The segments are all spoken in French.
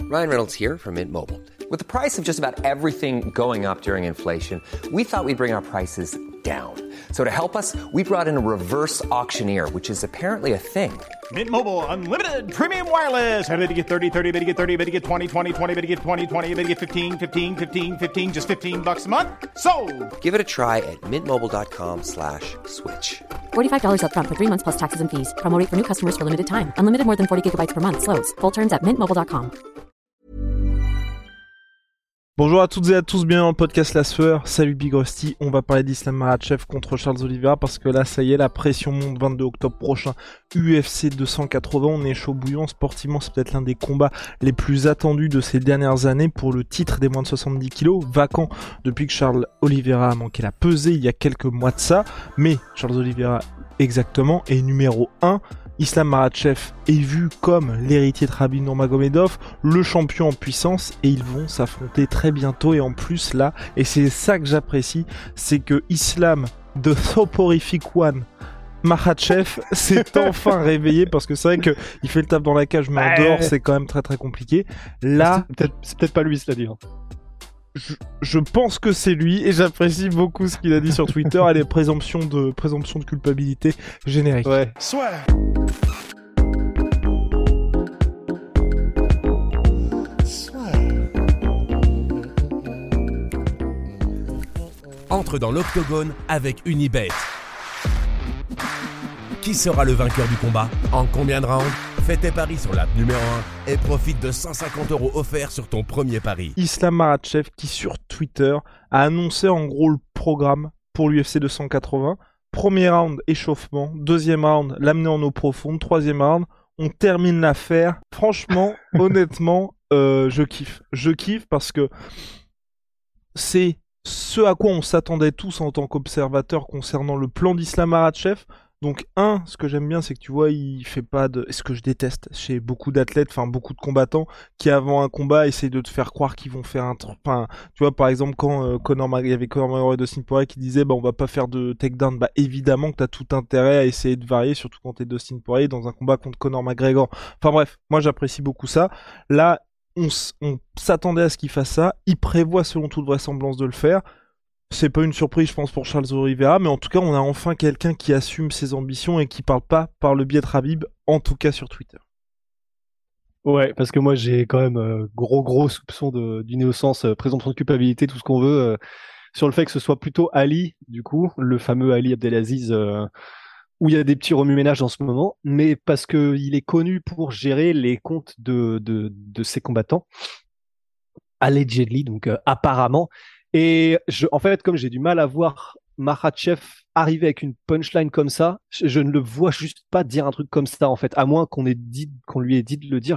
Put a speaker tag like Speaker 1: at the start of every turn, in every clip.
Speaker 1: Ryan Reynolds here from Mint Mobile. With the price of just about everything going up during inflation, we thought we'd bring our prices down. So to help us, we brought in a reverse auctioneer, which is apparently a thing.
Speaker 2: Mint Mobile Unlimited Premium Wireless. How to get 30, 30, bit to get 30, bit to get 20, 20, 20, bit to get 20, 20, bit to get 15, 15, 15, 15, just $15 a month? Sold!
Speaker 1: Give it a try at mintmobile.com/switch.
Speaker 3: $45 up front for 3 months plus taxes and fees. Promo rate for new customers for limited time. Unlimited more than 40 gigabytes per month. Slows full terms at mintmobile.com.
Speaker 4: Bonjour à toutes et à tous, bienvenue dans le podcast La Sueur. Salut Big Rusty, on va parler d'Islam Makhachev contre Charles Oliveira parce que là ça y est, la pression monte. 22 octobre prochain, UFC 280, on est chaud bouillant. Sportivement c'est peut-être l'un des combats les plus attendus de ces dernières années pour le titre des moins de 70 kilos, vacant depuis que Charles Oliveira a manqué la pesée il y a quelques mois de ça. Mais Charles Oliveira exactement est numéro 1. Islam Makhachev est vu comme l'héritier de Khabib Nurmagomedov, le champion en puissance, et ils vont s'affronter très bientôt. Et en plus là, et c'est ça que j'apprécie, c'est que Islam, the soporific one, Makhachev s'est enfin réveillé, parce que c'est vrai que il fait le taf dans la cage, mais en dehors c'est quand même très très compliqué. Là,
Speaker 5: c'est peut-être pas lui, cela dit.
Speaker 4: Je pense que c'est lui et j'apprécie beaucoup ce qu'il a dit sur Twitter. Allez, présomption de culpabilité générique.
Speaker 5: Ouais.
Speaker 2: Soit.
Speaker 6: Entre dans l'octogone avec Unibet. Qui sera le vainqueur du combat? En combien de rounds? Fais tes paris sur l'app numéro 1 et profite de 150 € offerts sur ton premier pari.
Speaker 4: Islam Makhachev qui sur Twitter a annoncé en gros le programme pour l'UFC 280. Premier round, échauffement. Deuxième round, l'amener en eau profonde. Troisième round, on termine l'affaire. Franchement, honnêtement, je kiffe. Je kiffe parce que c'est ce à quoi on s'attendait tous en tant qu'observateurs concernant le plan d'Islam Makhachev. Donc ce que j'aime bien, c'est que tu vois, il fait pas de... Ce que je déteste chez beaucoup d'athlètes, enfin beaucoup de combattants, qui avant un combat essayent de te faire croire qu'ils vont faire un truc... Enfin, tu vois, par exemple, quand il y avait Conor McGregor et Dustin Poirier qui disaient, on va pas faire de takedown. Évidemment que t'as tout intérêt à essayer de varier, surtout quand t'es Dustin Poirier dans un combat contre Conor McGregor. Enfin bref, moi j'apprécie beaucoup ça. Là, on s'attendait à ce qu'il fasse ça. Il prévoit selon toute vraisemblance de le faire. C'est pas une surprise, je pense, pour Charles Oliveira, mais en tout cas, on a enfin quelqu'un qui assume ses ambitions et qui parle pas par le biais de Khabib, en tout cas sur Twitter.
Speaker 5: Ouais, parce que moi, j'ai quand même gros soupçon d'innocence, présomption de culpabilité, tout ce qu'on veut, sur le fait que ce soit plutôt Ali, du coup, le fameux Ali Abdelaziz, où il y a des petits remue-ménages dans ce moment, mais parce que il est connu pour gérer les comptes de ses combattants, allegedly, donc apparemment. Et en fait, comme j'ai du mal à voir Makhachev arriver avec une punchline comme ça, je ne le vois juste pas dire un truc comme ça, en fait, à moins qu'on lui ait dit de le dire.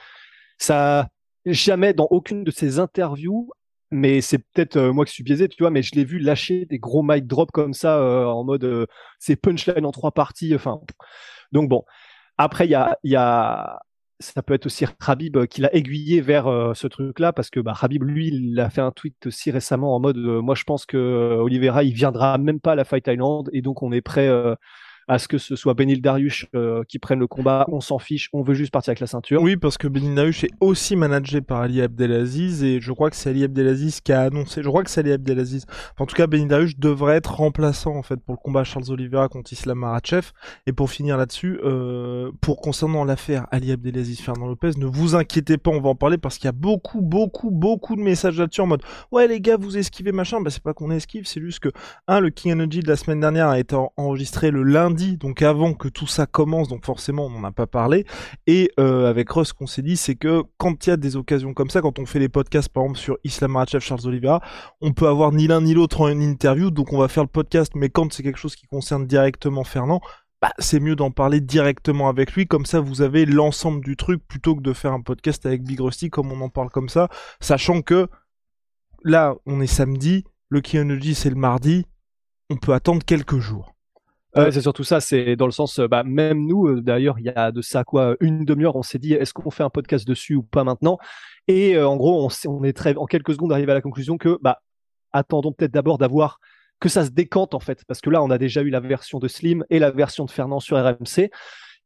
Speaker 5: Ça, jamais dans aucune de ses interviews, mais c'est peut-être moi qui suis biaisé, tu vois, mais je l'ai vu lâcher des gros mic drops comme ça, en mode c'est punchline en 3 parties, enfin. Donc bon. Après, il y a ça peut être aussi Khabib qui l'a aiguillé vers ce truc-là, parce que Khabib, lui, il a fait un tweet aussi récemment en mode moi je pense que Oliveira il viendra même pas à la Fight Island, et donc on est prêt à ce que ce soit Beneil Dariush qui prenne le combat, on s'en fiche, on veut juste partir avec la ceinture.
Speaker 4: Oui, parce que Beneil Dariush est aussi managé par Ali Abdelaziz, et je crois que c'est Ali Abdelaziz qui a annoncé, en tout cas Beneil Dariush devrait être remplaçant en fait pour le combat Charles Oliveira contre Islam Makhachev. Et pour finir là-dessus, concernant l'affaire Ali Abdelaziz Fernand Lopez, ne vous inquiétez pas, on va en parler, parce qu'il y a beaucoup de messages là-dessus en mode ouais les gars vous esquivez machin. C'est pas qu'on esquive, c'est juste que le King Energy de la semaine dernière a été enregistré le lundi, donc avant que tout ça commence, donc forcément on n'en a pas parlé. Et avec Russ, ce qu'on s'est dit, c'est que quand il y a des occasions comme ça, quand on fait les podcasts par exemple sur Islam Makhachev, Charles Oliveira, on peut avoir ni l'un ni l'autre en une interview, donc on va faire le podcast, mais quand c'est quelque chose qui concerne directement Fernand, c'est mieux d'en parler directement avec lui, comme ça vous avez l'ensemble du truc, plutôt que de faire un podcast avec Big Rusty comme on en parle comme ça, sachant que là on est samedi, le King Energy c'est le mardi, on peut attendre quelques jours.
Speaker 5: C'est surtout ça, c'est dans le sens, même nous, d'ailleurs, il y a de ça une demi-heure, on s'est dit, est-ce qu'on fait un podcast dessus ou pas maintenant? Et en gros, on est en quelques secondes arrivé à la conclusion que, attendons peut-être d'abord d'avoir que ça se décante en fait, parce que là, on a déjà eu la version de Slim et la version de Fernand sur RMC.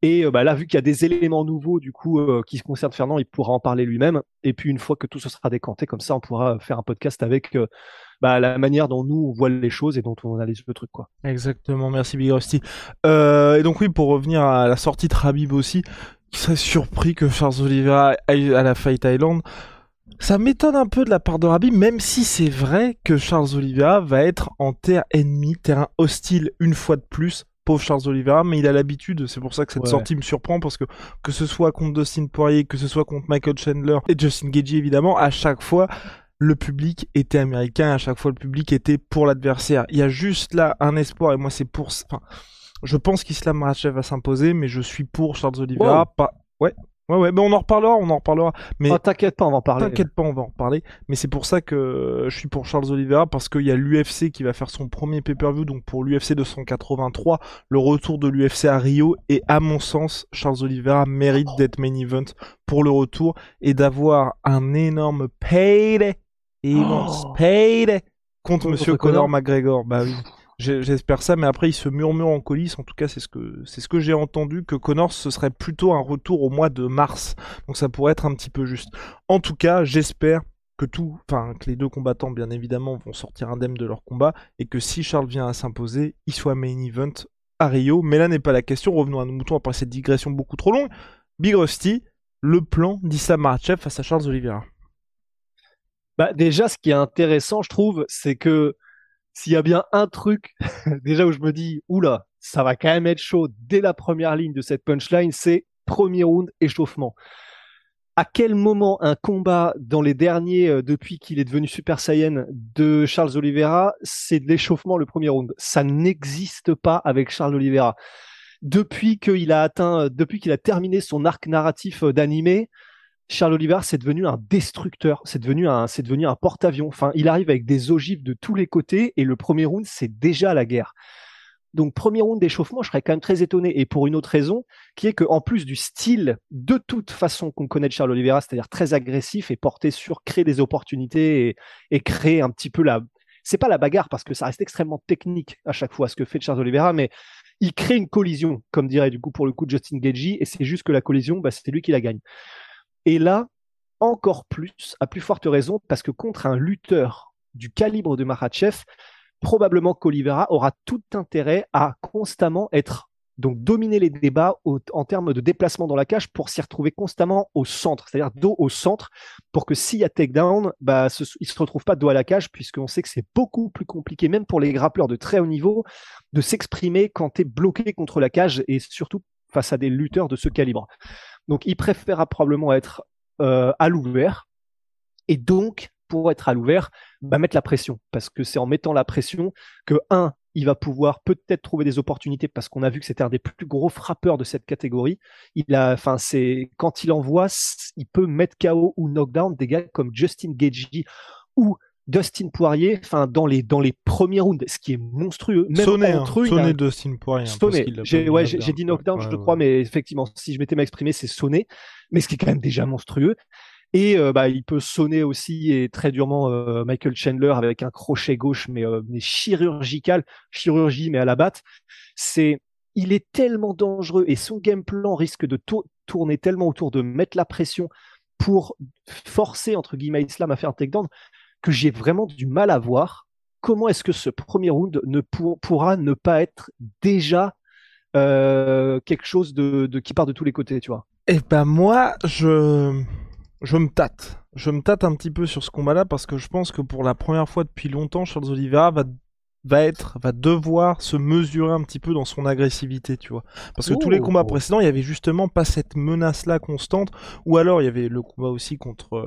Speaker 5: Et là, vu qu'il y a des éléments nouveaux du coup qui se concernent Fernand, il pourra en parler lui-même. Et puis une fois que tout se sera décanté, comme ça, on pourra faire un podcast avec la manière dont nous on voit les choses et dont on analyse le truc, quoi.
Speaker 4: Exactement, merci Big Rusty. Et donc oui, pour revenir à la sortie de Khabib aussi, qui serait surpris que Charles Oliveira aille à la Fight Island. Ça m'étonne un peu de la part de Khabib, même si c'est vrai que Charles Oliveira va être en terre ennemie, terrain hostile une fois de plus. Pauvre Charles Oliveira, mais il a l'habitude, c'est pour ça que cette sortie me surprend, parce que ce soit contre Dustin Poirier, que ce soit contre Michael Chandler et Justin Gaethje évidemment, à chaque fois, le public était américain, à chaque fois le public était pour l'adversaire. Il y a juste là un espoir, et moi c'est pour... Enfin, je pense qu'Islam Makhachev va s'imposer, mais je suis pour Charles Oliveira. Ouais, mais on en reparlera. Mais
Speaker 5: t'inquiète pas, on va en parler.
Speaker 4: T'inquiète pas, on va en reparler. Mais c'est pour ça que je suis pour Charles Oliveira, parce qu'il y a l'UFC qui va faire son premier pay-per-view, donc pour l'UFC 283, le retour de l'UFC à Rio, et à mon sens, Charles Oliveira mérite d'être main event pour le retour, et d'avoir un énorme payday, contre Monsieur Conor McGregor. Bah oui. J'espère ça, mais après il se murmure en coulisses, en tout cas c'est ce que j'ai entendu, que Conor ce serait plutôt un retour au mois de mars, donc ça pourrait être un petit peu juste. En tout cas, j'espère que les deux combattants bien évidemment vont sortir indemnes de leur combat, et que si Charles vient à s'imposer, il soit main event à Rio, mais là n'est pas la question. Revenons à nos moutons après cette digression beaucoup trop longue. Big Rusty, le plan d'Islam Makhachev face à Charles Oliveira.
Speaker 5: Déjà, ce qui est intéressant, je trouve, c'est que s'il y a bien un truc, déjà où je me dis, oula, ça va quand même être chaud dès la première ligne de cette punchline, c'est premier round, échauffement. À quel moment un combat dans les derniers, depuis qu'il est devenu Super Saiyan, de Charles Oliveira, c'est de l'échauffement le premier round? Ça n'existe pas avec Charles Oliveira. Depuis qu'il a terminé son arc narratif d'animé, Charles Oliveira, c'est devenu un destructeur, c'est devenu un porte-avions. Enfin, il arrive avec des ogives de tous les côtés, et le premier round, c'est déjà la guerre. Donc, premier round d'échauffement, je serais quand même très étonné, et pour une autre raison, qui est qu'en plus du style de toute façon qu'on connaît de Charles Oliveira, c'est-à-dire très agressif et porté sur créer des opportunités et créer un petit peu c'est pas la bagarre, parce que ça reste extrêmement technique à chaque fois ce que fait Charles Oliveira, mais il crée une collision, comme dirait du coup pour le coup Justin Gaethje, et c'est juste que la collision, c'est lui qui la gagne. Et là, encore plus, à plus forte raison, parce que contre un lutteur du calibre de Makhachev, probablement qu'Oliveira aura tout intérêt à constamment dominer les débats en termes de déplacement dans la cage, pour s'y retrouver constamment au centre, c'est-à-dire dos au centre, pour que s'il y a takedown, il ne se retrouve pas dos à la cage, puisqu'on sait que c'est beaucoup plus compliqué, même pour les grappleurs de très haut niveau, de s'exprimer quand tu es bloqué contre la cage, et surtout face à des lutteurs de ce calibre. Donc, il préférera probablement être à l'ouvert. Et donc, pour être à l'ouvert, mettre la pression. Parce que c'est en mettant la pression que, il va pouvoir peut-être trouver des opportunités, parce qu'on a vu que c'était un des plus gros frappeurs de cette catégorie. Quand il envoie, il peut mettre KO ou knockdown des gars comme Justin Gaethje ou Dustin Poirier, dans les premiers rounds, ce qui est monstrueux. Même
Speaker 4: sonné Dustin Poirier.
Speaker 5: J'ai dit knockdown, je crois, mais effectivement, si je m'étais mal exprimé, c'est sonné, mais ce qui est quand même déjà monstrueux. Et il peut sonner aussi, et très durement, Michael Chandler avec un crochet gauche, mais chirurgie, mais à la batte. Il est tellement dangereux, et son game plan risque de tourner tellement autour de mettre la pression pour forcer, entre guillemets, Islam à faire un takedown, que j'ai vraiment du mal à voir comment est-ce que ce premier round pourra ne pas être déjà quelque chose qui part de tous les côtés, tu vois.
Speaker 4: Et moi, je me tâte. Je me tâte un petit peu sur ce combat-là, parce que je pense que pour la première fois depuis longtemps, Charles Oliveira va devoir se mesurer un petit peu dans son agressivité, tu vois. Parce que tous les combats précédents, il y avait justement pas cette menace-là constante, ou alors il y avait le combat aussi contre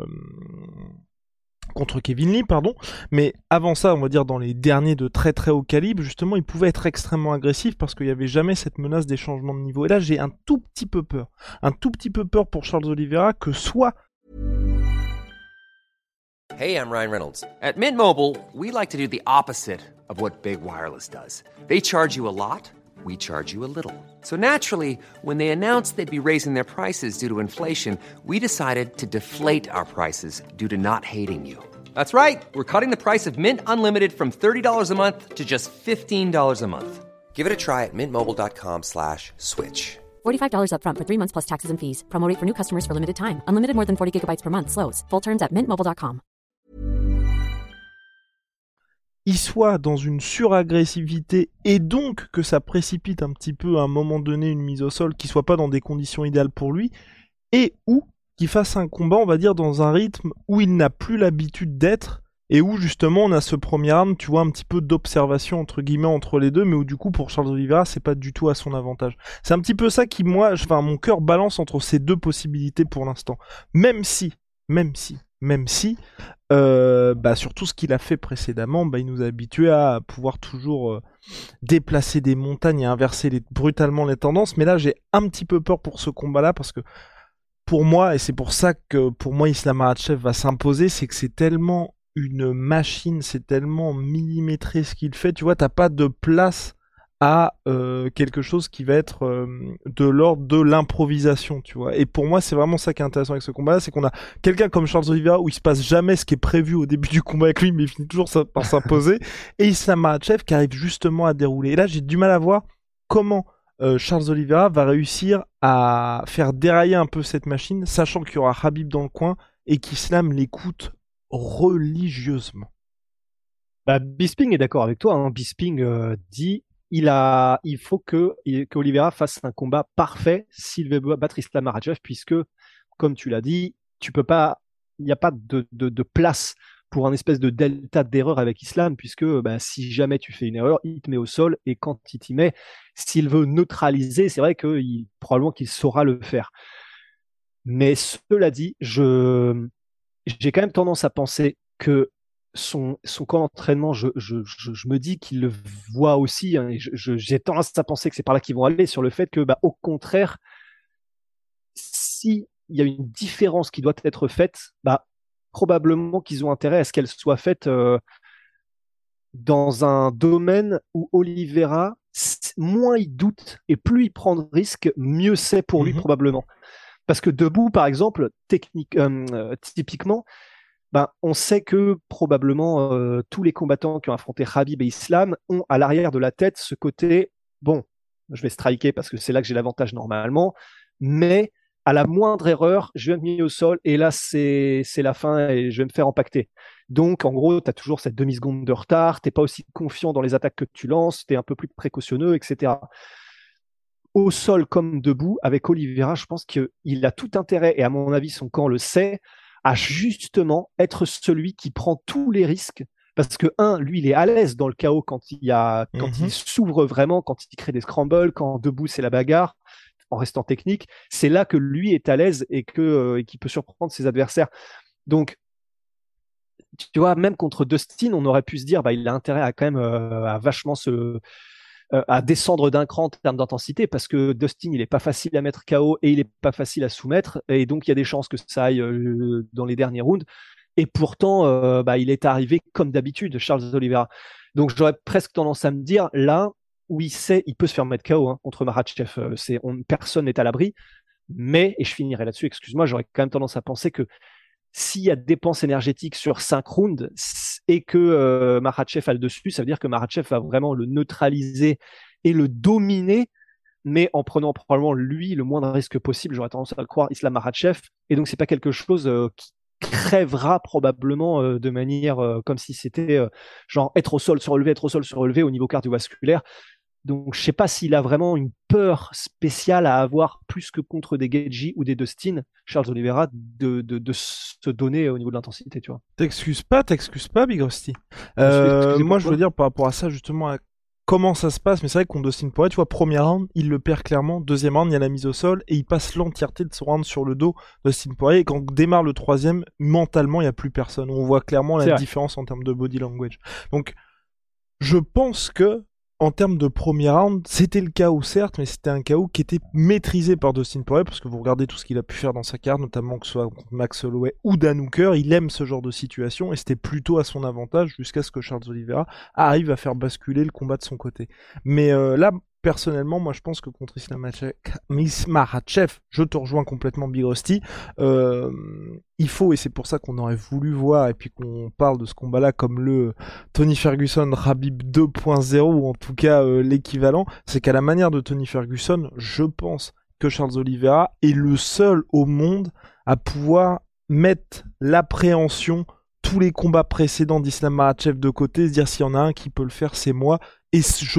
Speaker 4: Kevin Lee, mais avant ça, on va dire dans les derniers de très très haut calibre, justement, il pouvait être extrêmement agressif, parce qu'il n'y avait jamais cette menace des changements de niveau. Et là, j'ai un tout petit peu peur pour Charles Oliveira, que soit...
Speaker 1: Hey, I'm Ryan Reynolds. At Mint Mobile, we like to do the opposite of what Big Wireless does. They charge you a lot, we charge you a little. So naturally, when they announced they'd be raising their prices due to inflation, we decided to deflate our prices due to not hating you. That's right. We're cutting the price of Mint Unlimited from $30 a month to just $15 a month. Give it a try at mintmobile.com/switch.
Speaker 3: $45 up front for 3 months plus taxes and fees. Promo rate for new customers for limited time. Unlimited more than 40 gigabytes per month slows. Full terms at mintmobile.com.
Speaker 4: Il soit dans une suragressivité et donc que ça précipite un petit peu à un moment donné une mise au sol qui soit pas dans des conditions idéales pour lui, et ou qu'il fasse un combat, on va dire, dans un rythme où il n'a plus l'habitude d'être, et où justement on a ce premier round, tu vois, un petit peu d'observation entre guillemets entre les deux, mais où du coup pour Charles Oliveira c'est pas du tout à son avantage. C'est un petit peu ça qui, moi, mon cœur balance entre ces deux possibilités pour l'instant. Même si, sur tout ce qu'il a fait précédemment, il nous a habitués à pouvoir toujours déplacer des montagnes et inverser brutalement les tendances. Mais là, j'ai un petit peu peur pour ce combat-là parce que pour moi, et c'est pour ça que pour moi Islam Makhachev va s'imposer, c'est que c'est tellement une machine, c'est tellement millimétré ce qu'il fait. Tu vois, t'as pas de place à quelque chose qui va être de l'ordre de l'improvisation, tu vois. Et pour moi, c'est vraiment ça qui est intéressant avec ce combat-là, c'est qu'on a quelqu'un comme Charles Oliveira où il se passe jamais ce qui est prévu au début du combat avec lui, mais il finit toujours par s'imposer, et Islam Makhachev qui arrive justement à dérouler. Et là, j'ai du mal à voir comment Charles Oliveira va réussir à faire dérailler un peu cette machine, sachant qu'il y aura Khabib dans le coin et qu'Islam l'écoute religieusement.
Speaker 5: Bisping est d'accord avec toi, hein. Bisping dit il faut que Oliveira fasse un combat parfait s'il veut battre Islam Makhachev, puisque, comme tu l'as dit, tu peux pas, il n'y a pas de place pour un espèce de delta d'erreur avec Islam, puisque si jamais tu fais une erreur, il te met au sol, et quand il t'y met, s'il veut neutraliser, c'est vrai probablement qu'il saura le faire. Mais cela dit, j'ai quand même tendance à penser que son camp d'entraînement, je me dis qu'il le voit aussi, hein, et j'ai tendance à penser que c'est par là qu'ils vont aller, sur le fait que, au contraire, s'il y a une différence qui doit être faite, probablement qu'ils ont intérêt à ce qu'elle soit faite dans un domaine où Oliveira, moins il doute et plus il prend de risques, mieux c'est pour lui probablement. Parce que debout, par exemple, typiquement, on sait que probablement tous les combattants qui ont affronté Khabib et Islam ont à l'arrière de la tête ce côté, bon, je vais striker parce que c'est là que j'ai l'avantage normalement, mais à la moindre erreur, je vais me mettre au sol et là, c'est la fin et je vais me faire empaqueter. Donc, en gros, tu as toujours cette demi-seconde de retard, tu n'es pas aussi confiant dans les attaques que tu lances, tu es un peu plus précautionneux, etc. Au sol comme debout, avec Oliveira, je pense qu'il a tout intérêt, et à mon avis, son camp le sait, à justement être celui qui prend tous les risques. Parce que, lui, il est à l'aise dans le chaos quand il s'ouvre vraiment, quand il crée des scrambles, quand debout, c'est la bagarre, en restant technique. C'est là que lui est à l'aise et qu'il peut surprendre ses adversaires. Donc, tu vois, même contre Dustin, on aurait pu se dire, il a intérêt à quand même à vachement à descendre d'un cran en termes d'intensité, parce que Dustin, il est pas facile à mettre KO et il est pas facile à soumettre, et donc il y a des chances que ça aille dans les derniers rounds. Et pourtant, il est arrivé comme d'habitude, Charles Oliveira. Donc j'aurais presque tendance à me dire, là où il peut se faire mettre KO contre Makhachev, personne n'est à l'abri. Mais, et je finirai là-dessus, excuse-moi, j'aurais quand même tendance à penser que s'il y a dépenses énergétiques sur 5 rounds et que Makhachev a le dessus, ça veut dire que Makhachev va vraiment le neutraliser et le dominer, mais en prenant probablement lui le moindre risque possible. J'aurais tendance à le croire, Islam Makhachev. Et donc c'est pas quelque chose qui crèvera probablement de manière comme si c'était genre être au sol, se relever au niveau cardiovasculaire. Donc, je sais pas s'il a vraiment une peur spéciale à avoir, plus que contre des Gaethje ou des Dustin, Charles Oliveira, de se donner au niveau de l'intensité, tu vois.
Speaker 4: T'excuses pas, Big Rusty. Moi, je veux dire par rapport à ça, justement, à comment ça se passe, mais c'est vrai qu'on Dustin Poirier, tu vois, premier round, il le perd clairement, deuxième round, il y a la mise au sol, et il passe l'entièreté de son round sur le dos de Dustin Poirier, et quand on démarre le troisième, mentalement, il n'y a plus personne. On voit clairement la différence en termes de body language. Donc, je pense que en termes de premier round, c'était le chaos certes, mais c'était un chaos qui était maîtrisé par Dustin Poirier, parce que vous regardez tout ce qu'il a pu faire dans sa carte, notamment que ce soit contre Max Holloway ou Dan Hooker, il aime ce genre de situation, et c'était plutôt à son avantage, jusqu'à ce que Charles Oliveira arrive à faire basculer le combat de son côté. Mais là, personnellement, moi je pense que contre Islam Makhachev, je te rejoins complètement, Big Rusty, il faut, et c'est pour ça qu'on aurait voulu voir, et puis qu'on parle de ce combat-là comme le Tony Ferguson-Khabib 2.0, ou en tout cas l'équivalent, c'est qu'à la manière de Tony Ferguson, je pense que Charles Oliveira est le seul au monde à pouvoir mettre l'appréhension, tous les combats précédents d'Islam Makhachev de côté, se dire s'il y en a un qui peut le faire, c'est moi. Et je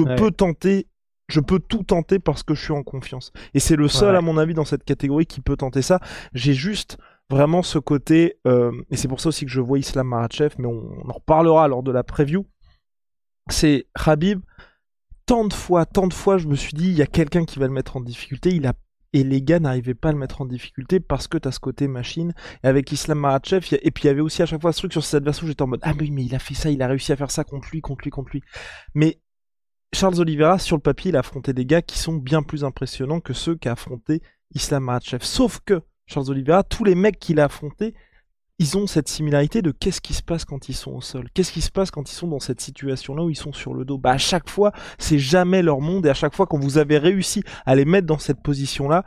Speaker 4: peux tout tenter parce que je suis en confiance. Et c'est le seul, à mon avis, dans cette catégorie qui peut tenter ça. J'ai juste vraiment ce côté, et c'est pour ça aussi que je vois Islam Makhachev, mais on en reparlera lors de la preview. C'est Khabib. Tant de fois, je me suis dit, il y a quelqu'un qui va le mettre en difficulté. Et les gars n'arrivaient pas à le mettre en difficulté parce que t'as ce côté machine. Et avec Islam Makhachev, et puis il y avait aussi à chaque fois ce truc sur ses adversaires où j'étais en mode, ah oui, mais il a fait ça, il a réussi à faire ça contre lui. Mais Charles Oliveira, sur le papier, il a affronté des gars qui sont bien plus impressionnants que ceux qu'a affronté Islam Makhachev. Sauf que Charles Oliveira, tous les mecs qu'il a affrontés, ils ont cette similarité de qu'est-ce qui se passe quand ils sont au sol. Qu'est-ce qui se passe quand ils sont dans cette situation-là où ils sont sur le dos. À chaque fois, c'est jamais leur monde, et à chaque fois, quand vous avez réussi à les mettre dans cette position-là,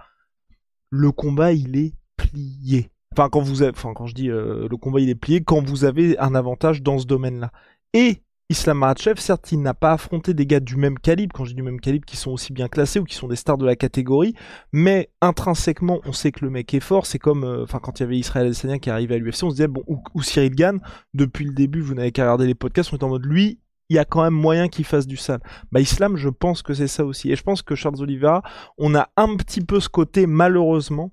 Speaker 4: le combat, il est plié. Quand je dis le combat, il est plié, quand vous avez un avantage dans ce domaine-là. Et Islam Makhachev, certes, il n'a pas affronté des gars du même calibre, quand je dis du même calibre, qui sont aussi bien classés ou qui sont des stars de la catégorie, mais intrinsèquement, on sait que le mec est fort. C'est comme, quand il y avait Israël Adesanya qui arrivait à l'UFC, on se disait, bon, ou Cyril Gane, depuis le début, vous n'avez qu'à regarder les podcasts, on est en mode, lui, il y a quand même moyen qu'il fasse du sale. Islam, je pense que c'est ça aussi. Et je pense que Charles Oliveira, on a un petit peu ce côté, malheureusement,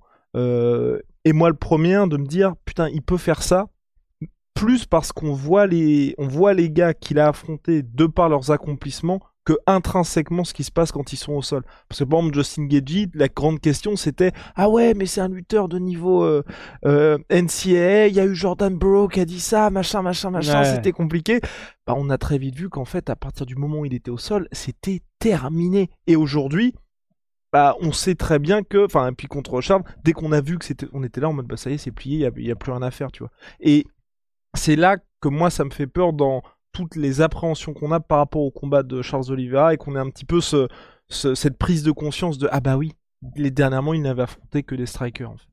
Speaker 4: et moi le premier, de me dire, putain, il peut faire ça, plus parce qu'on voit les gars qu'il a affrontés de par leurs accomplissements que intrinsèquement ce qui se passe quand ils sont au sol. Parce que par exemple Justin Gaethje, la grande question c'était ah ouais mais c'est un lutteur de niveau NCAA, il y a eu Jordan Burroughs qui a dit ça, machin, c'était compliqué. On a très vite vu qu'en fait à partir du moment où il était au sol, c'était terminé. Et aujourd'hui, on sait très bien que, et puis contre Charles, dès qu'on a vu que on était là en mode ça y est, c'est plié, il y a plus rien à faire, tu vois. Et c'est là que moi ça me fait peur dans toutes les appréhensions qu'on a par rapport au combat de Charles Oliveira, et qu'on ait un petit peu cette prise de conscience de ah bah oui, dernièrement il n'avait affronté que des strikers en fait.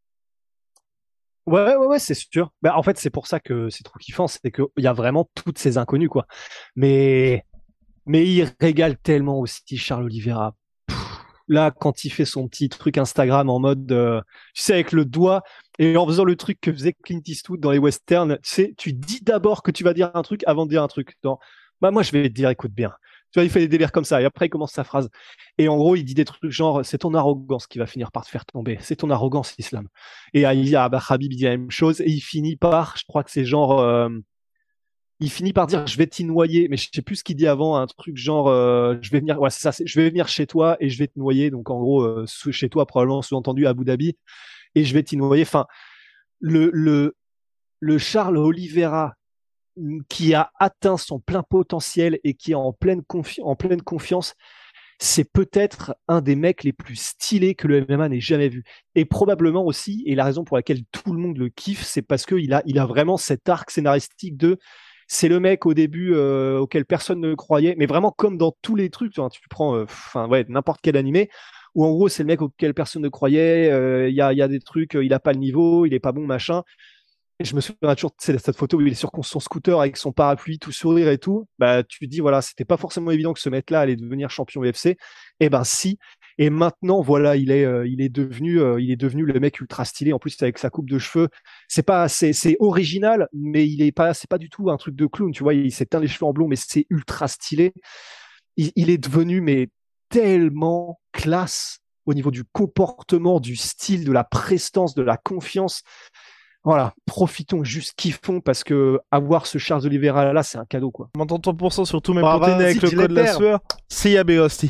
Speaker 5: Ouais, c'est sûr. En fait, c'est pour ça que c'est trop kiffant, c'est qu'il y a vraiment toutes ces inconnues, quoi. Mais il régale tellement aussi Charles Oliveira. Là, quand il fait son petit truc Instagram en mode, tu sais, avec le doigt, et en faisant le truc que faisait Clint Eastwood dans les westerns, tu sais, tu dis d'abord que tu vas dire un truc avant de dire un truc. Moi, je vais te dire, écoute bien. Tu vois, il fait des délires comme ça, et après, il commence sa phrase. Et en gros, il dit des trucs genre, c'est ton arrogance qui va finir par te faire tomber. C'est ton arrogance, Islam. Et Khabib, il dit la même chose, et il finit par, je crois que c'est genre, il finit par dire je vais t'y noyer, mais je sais plus ce qu'il dit avant, un truc genre je vais venir, c'est ça, je vais venir chez toi et je vais te noyer. Donc en gros chez toi, probablement sous-entendu Abu Dhabi, et je vais t'y noyer. Le Charles Oliveira qui a atteint son plein potentiel et qui est en pleine confiance, c'est peut-être un des mecs les plus stylés que le MMA n'ait jamais vu. Et probablement aussi, et la raison pour laquelle tout le monde le kiffe, c'est parce qu'il a vraiment cet arc scénaristique de c'est le mec au début auquel personne ne croyait, mais vraiment comme dans tous les trucs, tu prends n'importe quel animé, où en gros c'est le mec auquel personne ne croyait, il y a des trucs, il a pas le niveau, il est pas bon, machin. Et je me souviens toujours de cette photo où il est sur son scooter avec son parapluie, tout sourire et tout. Tu te dis, voilà, c'était pas forcément évident que ce mec-là allait devenir champion UFC. Et si. Et maintenant, voilà, il est devenu le mec ultra stylé. En plus, avec sa coupe de cheveux, c'est original, mais c'est pas du tout un truc de clown. Tu vois, il s'est teint les cheveux en blond, mais c'est ultra stylé. Il est devenu, mais tellement classe au niveau du comportement, du style, de la prestance, de la confiance. Voilà, profitons, juste kiffons, parce que avoir ce Charles Oliveira là, c'est un cadeau, quoi.
Speaker 4: On m'entend 3% sur tous mes protéines avec le code de la sueur. C'est Yabeosti.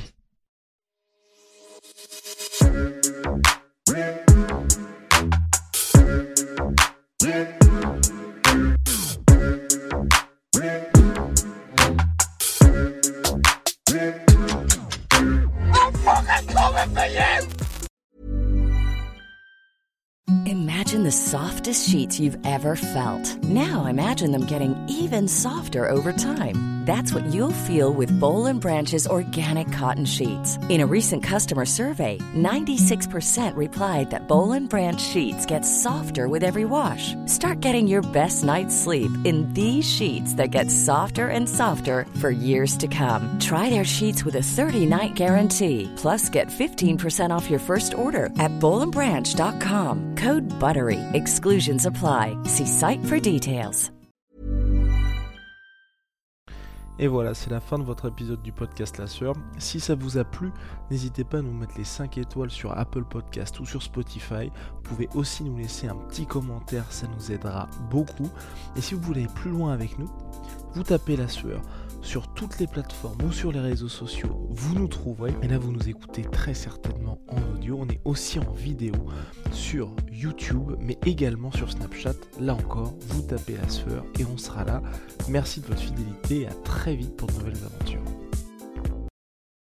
Speaker 7: Imagine the softest sheets you've ever felt. Now imagine them getting even softer over time. That's what you'll feel with Boll & Branch's organic cotton sheets. In a recent customer survey, 96% replied that Boll & Branch sheets get softer with every wash. Start getting your best night's sleep in these sheets that get softer and softer for years to come. Try their sheets with a 30-night guarantee. Plus, get 15% off your first order at bollandbranch.com. Code BUTTERY. Exclusions apply. See site for details.
Speaker 4: Et voilà, c'est la fin de votre épisode du podcast La Sueur. Si ça vous a plu, n'hésitez pas à nous mettre les 5 étoiles sur Apple Podcast ou sur Spotify. Vous pouvez aussi nous laisser un petit commentaire, ça nous aidera beaucoup. Et si vous voulez aller plus loin avec nous, vous tapez La Sueur sur toutes les plateformes ou sur les réseaux sociaux, vous nous trouverez. Et là, vous nous écoutez très certainement en audio. On est aussi en vidéo sur YouTube, mais également sur Snapchat. Là encore, vous tapez La Sueur et on sera là. Merci de votre fidélité et à très vite pour de nouvelles aventures.